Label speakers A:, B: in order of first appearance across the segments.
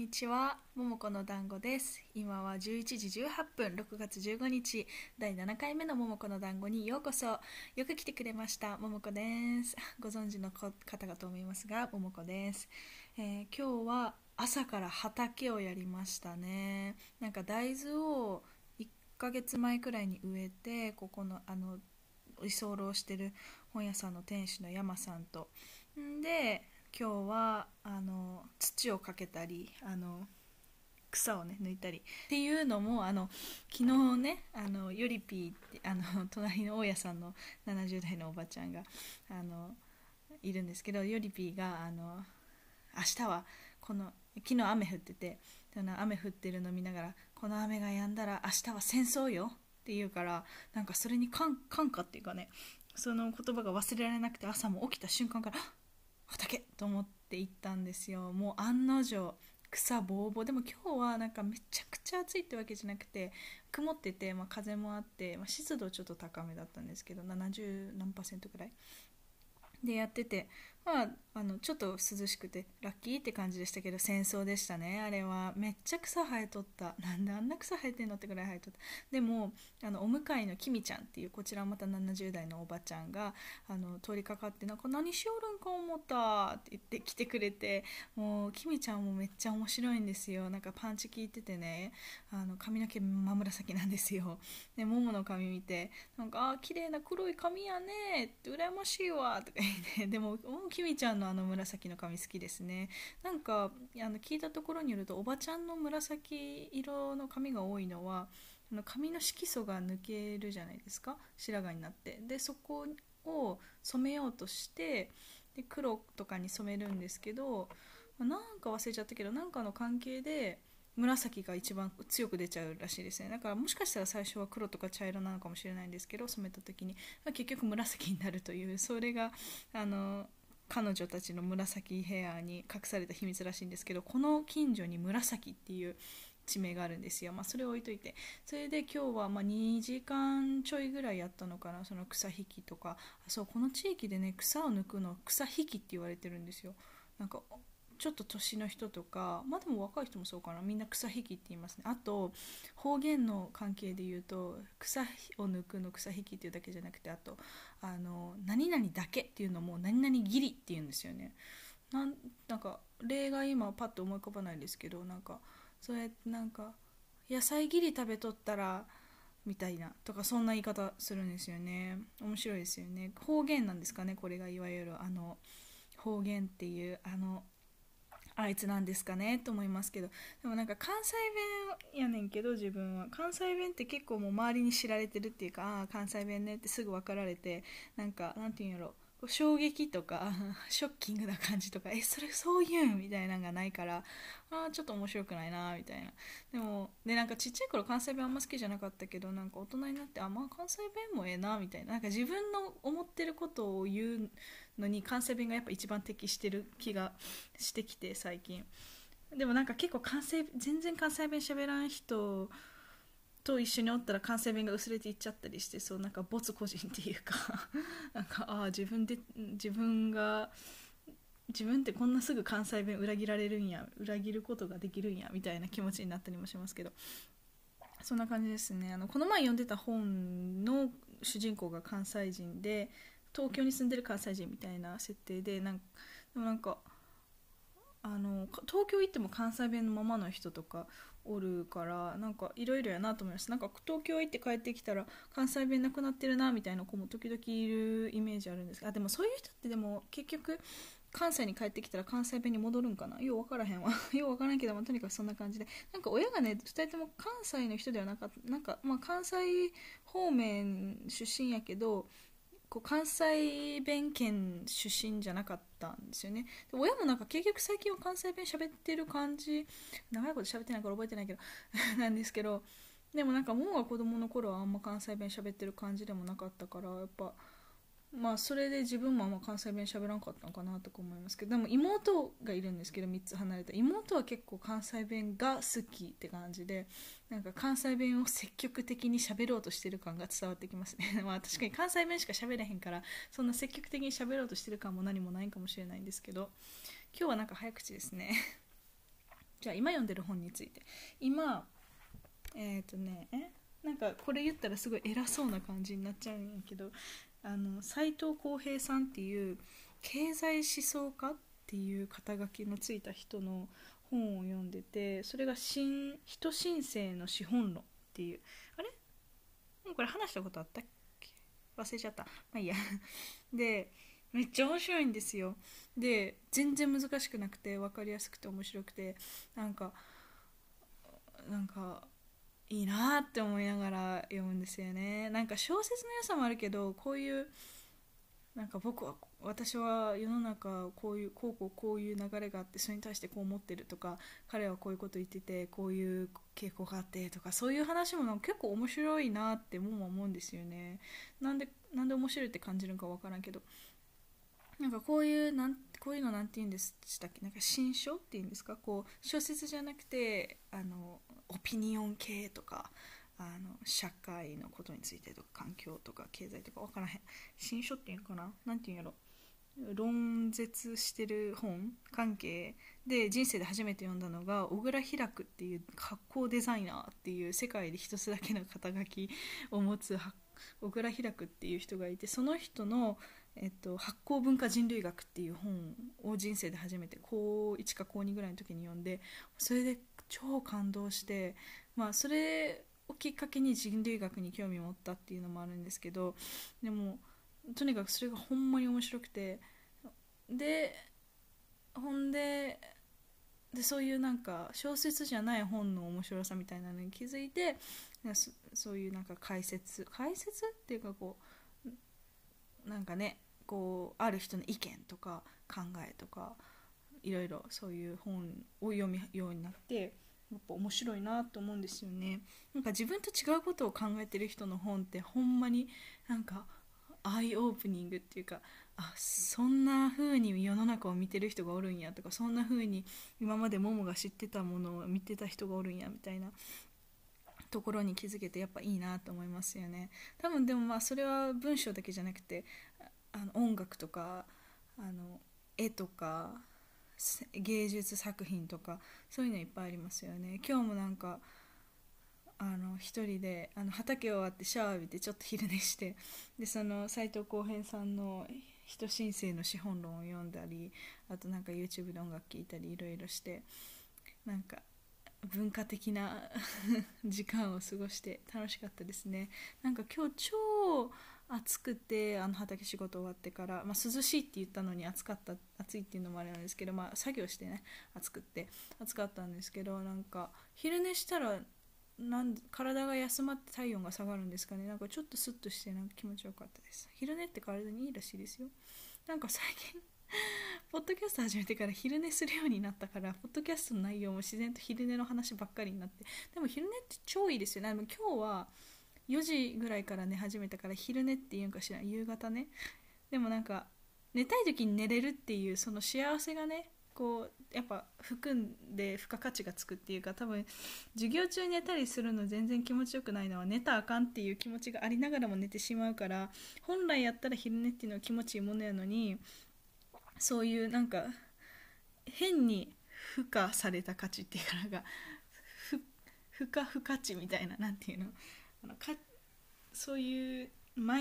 A: にちは、ももこの団子です。今は11時18分、6月15日、第7回目のももこの団子にようこそ。よく来てくれました。ももこです。ご存知の方かと思いますが、ももこです。今日は朝から畑をやりましたね。なんか大豆を1ヶ月前くらいに植えて、ここの居候してる本屋さんの店主の山さんとで、今日は土をかけたり草をね抜いたりっていうのも昨日ねヨリピーって隣の大家さんの70代のおばちゃんがいるんですけど、ヨリピーが明日は昨日雨降ってて、雨降ってるの見ながら、この雨が止んだら明日は戦争よって言うから、なんかそれに感化っていうかね、その言葉が忘れられなくて、朝も起きた瞬間から畑と思って行ったんですよ。もう案の定草ぼうぼうでも、今日はなんかめちゃくちゃ暑いってわけじゃなくて、曇ってて、風もあって、湿度ちょっと高めだったんですけど、70何パーセントくらいでやってて、ちょっと涼しくてラッキーって感じでしたけど、戦争でしたね。あれはめっちゃ草生えとった。なんであんな草生えてんのってぐらい生えとった。でもお向かいのきみちゃんっていう、こちらまた70代のおばちゃんが通りかかって、なんか何しよるんか思ったって言って来てくれて、もうきみちゃんもめっちゃ面白いんですよ。なんかパンチ効いててね、髪の毛真紫なんですよ。でももの髪見て、なんか綺麗な黒い髪やねって羨ましいわとか言って、でもきみちゃんの紫の髪好きですね。なんか聞いたところによると、おばちゃんの紫色の髪が多いのは髪の色素が抜けるじゃないですか、白髪になって。でそこを染めようとして、で黒とかに染めるんですけど、なんか忘れちゃったけど、なんかの関係で紫が一番強く出ちゃうらしいですね。だからもしかしたら最初は黒とか茶色なのかもしれないんですけど、染めた時に結局紫になるという、それが彼女たちの紫ヘアに隠された秘密らしいんですけど、この近所に紫っていう地名があるんですよ。それを置いといて、それで今日は2時間ちょいぐらいやったのかな。その草引きとか、そう、この地域でね、草を抜くの草引きって言われてるんですよ。なんかちょっと年の人とか、でも若い人もそうかな、みんな草引きって言いますね。あと方言の関係で言うと、草を抜くの草引きっていうだけじゃなくて、あと何々だけっていうのも何々ギリっていうんですよね。なんか例が今パッと思い浮かばないんですけど、なんかそうやってなんか野菜ギリ食べとったらみたいなとか、そんな言い方するんですよね。面白いですよね。方言なんですかね、これがいわゆる方言っていうあいつなんですかねと思いますけど、でもなんか関西弁やねんけど、自分は関西弁って結構もう周りに知られてるっていうか、関西弁ねってすぐ分かられて、なんかなんていうんやろ、衝撃とかショッキングな感じとか、それそういうんみたいなのがないから、ちょっと面白くないなみたいな。でもで、なんかちっちゃい頃関西弁あんま好きじゃなかったけど、なんか大人になって、関西弁もええなみたいな、なんか自分の思ってることを言うのに関西弁がやっぱ一番適してる気がしてきて、最近。でもなんか結構全然関西弁喋らん人と一緒におったら関西弁が薄れていっちゃったりして、そう、なんか没個人っていうかなんか自分ってこんなすぐ関西弁裏切られるんや、裏切ることができるんやみたいな気持ちになったりもしますけど、そんな感じですね。この前読んでた本の主人公が関西人で、東京に住んでる関西人みたいな設定で、でもなんか東京行っても関西弁のままの人とかおるから、なんかいろいろやなと思います。なんか東京行って帰ってきたら関西弁なくなってるなみたいな子も時々いるイメージあるんですが、でもそういう人ってでも結局関西に帰ってきたら関西弁に戻るんかな、よう分からへんわよう分からんけど、とにかくそんな感じで、なんか親がね2人とも関西の人ではなかった。なんか関西方面出身やけど、関西弁圏出身じゃなかったんですよね。で親もなんか結局最近は関西弁喋ってる感じ、長いこと喋ってないから覚えてないけどなんですけど、でもなんかもうが子供の頃はあんま関西弁喋ってる感じでもなかったから、やっぱそれで自分もあんま関西弁喋らんかったのかなとか思いますけど、でも妹がいるんですけど、3つ離れた妹は結構関西弁が好きって感じで、なんか関西弁を積極的に喋ろうとしてる感が伝わってきますね確かに関西弁しか喋れへんから、そんな積極的に喋ろうとしてる感も何もないかもしれないんですけど、今日はなんか早口ですねじゃあ今読んでる本について。今なんかこれ言ったらすごい偉そうな感じになっちゃうんやけど、斉藤浩平さんっていう経済思想家っていう肩書きのついた人の本を読んでて、それが人申請の資本論っていう、あれもうこれ話したことあったっけ、忘れちゃった。まあいいや。で、めっちゃ面白いんですよ。で、全然難しくなくて分かりやすくて面白くて、なんかいいなって思いながら読むんですよね。なんか小説の良さもあるけど、こういうなんか私は世の中こういう流れがあって、それに対してこう思ってるとか、彼はこういうこと言っててこういう傾向があってとか、そういう話もなんか結構面白いなっても思うんですよね。なんで面白いって感じるのか分からんけど、なんかこういうのなんて言うんでしたっけ、なんか新書っていうんですか、こう小説じゃなくてオピニオン系とか、社会のことについてとか環境とか経済とか分からへん、新書っていうのかな、なんていうんやろ、論説してる本関係で人生で初めて読んだのが小倉ヒラクっていう発酵デザイナーっていう世界で一つだけの肩書きを持つ小倉ヒラクっていう人がいて、その人の発酵文化人類学っていう本を人生で初めて高1か高2ぐらいの時に読んで、それで超感動して、それをきっかけに人類学に興味を持ったっていうのもあるんですけど、でもとにかくそれがほんまに面白くて、でほんでそういうなんか小説じゃない本の面白さみたいなのに気づいて、そういうなんか解説っていうか、こうなんかね、こうある人の意見とか考えとかいろいろそういう本を読むようになって、やっぱ面白いなと思うんですよね。なんか自分と違うことを考えてる人の本ってほんまになんかアイオープニングっていうか、そんな風に世の中を見てる人がおるんやとか、そんな風に今までモモが知ってたものを見てた人がおるんやみたいなところに気づけて、やっぱいいなと思いますよね。多分でもそれは文章だけじゃなくて、音楽とか絵とか芸術作品とか、そういうのいっぱいありますよね。今日もなんか一人で畑終わってシャワー浴びてちょっと昼寝して、でその斉藤浩平さんの人申請の資本論を読んだり、あとなんか YouTube で音楽聴いたりいろいろして、なんか文化的な時間を過ごして楽しかったですね。なんか今日超暑くて、畑仕事終わってから、涼しいって言ったのに暑いっていうのもあれなんですけど、作業してね、暑かったんですけど、なんか昼寝したら体が休まって体温が下がるんですかね。なんかちょっとスッとしてなんか気持ちよかったです。昼寝って体にいいらしいですよ。なんか最近ポッドキャスト始めてから昼寝するようになったから、ポッドキャストの内容も自然と昼寝の話ばっかりになって、でも昼寝って超いいですよね。でも今日は4時ぐらいから寝始めたから昼寝っていうんかしら、夕方ね。でもなんか寝たい時に寝れるっていうその幸せがね、こうやっぱ含んで付加価値がつくっていうか、多分授業中に寝たりするの全然気持ちよくないのは、寝たらあかんっていう気持ちがありながらも寝てしまうから、本来やったら昼寝っていうのは気持ちいいものやのに、そういうなんか変に付加された価値っていうか、なんか付加不価値みたいな、なんていうの、そういう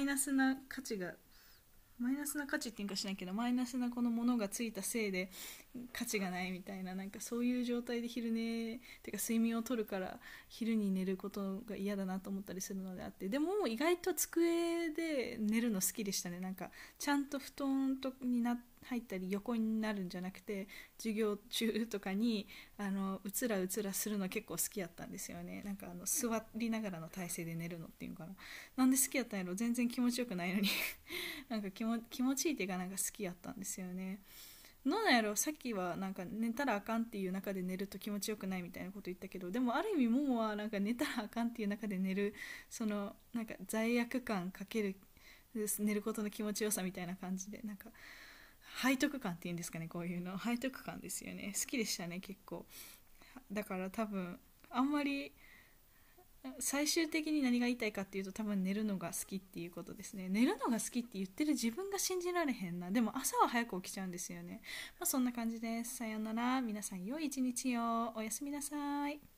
A: マイナスな価値っていうかしないけど、マイナスなこのものがついたせいで価値がないみたいな、なんかそういう状態で昼寝っていうか睡眠をとるから昼に寝ることが嫌だなと思ったりするのであって、でも意外と机で寝るの好きでしたね。なんかちゃんと布団に入ったり横になるんじゃなくて、授業中とかにうつらうつらするの結構好きやったんですよね。なんか座りながらの体勢で寝るのっていうかな、なんで好きやったんやろ、全然気持ちよくないのになんか気持ちいいっていうか、なんか好きやったんですよね。どうなんやろ、さっきはなんか寝たらあかんっていう中で寝ると気持ちよくないみたいなこと言ったけど、でもある意味ももはなんか寝たらあかんっていう中で寝る、そのなんか罪悪感かける寝ることの気持ちよさみたいな感じで、なんか背徳感っていうんですかね、こういうの背徳感ですよね。好きでしたね結構。だから多分あんまり最終的に何が言いたいかっていうと、多分寝るのが好きっていうことですね。寝るのが好きって言ってる自分が信じられへんな。でも朝は早く起きちゃうんですよね。そんな感じです。さようなら。皆さん良い一日を。おやすみなさい。